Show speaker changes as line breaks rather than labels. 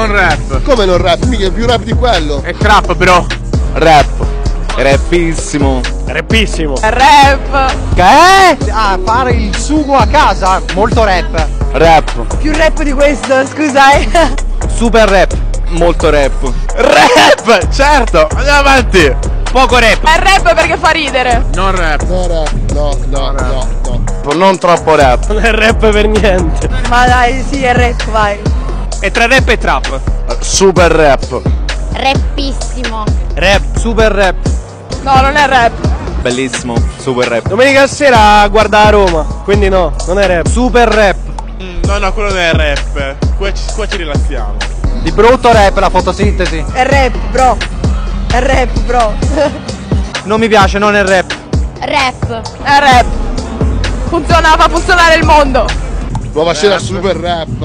Non rap.
Come non rap? Mica è più rap di quello.
È trap, bro.
Rap. Rapissimo.
Rappissimo.
Rap.
Che? Ah, fare il sugo a casa, molto rap.
Rap.
Più rap di questo, scusa.
Super rap.
Molto rap.
Rap, certo. Andiamo avanti.
Poco rap.
È rap perché fa ridere.
Non rap.
No rap. No.
Non troppo rap.
Non è rap per niente.
Ma dai, sì, è rap, vai.
E tra rap e trap.
Super rap.
Rappissimo.
Rap, super rap.
No, non è rap.
Bellissimo. Super rap.
Domenica sera guarda a Roma. Quindi no, non è rap.
Super rap.
No, quello non è rap. Qua ci rilassiamo.
Di brutto rap, la fotosintesi.
È rap, bro. È rap, bro.
Non mi piace, non è rap.
Rap.
È rap. Funziona, fa funzionare il mondo.
Nuova scena super rap.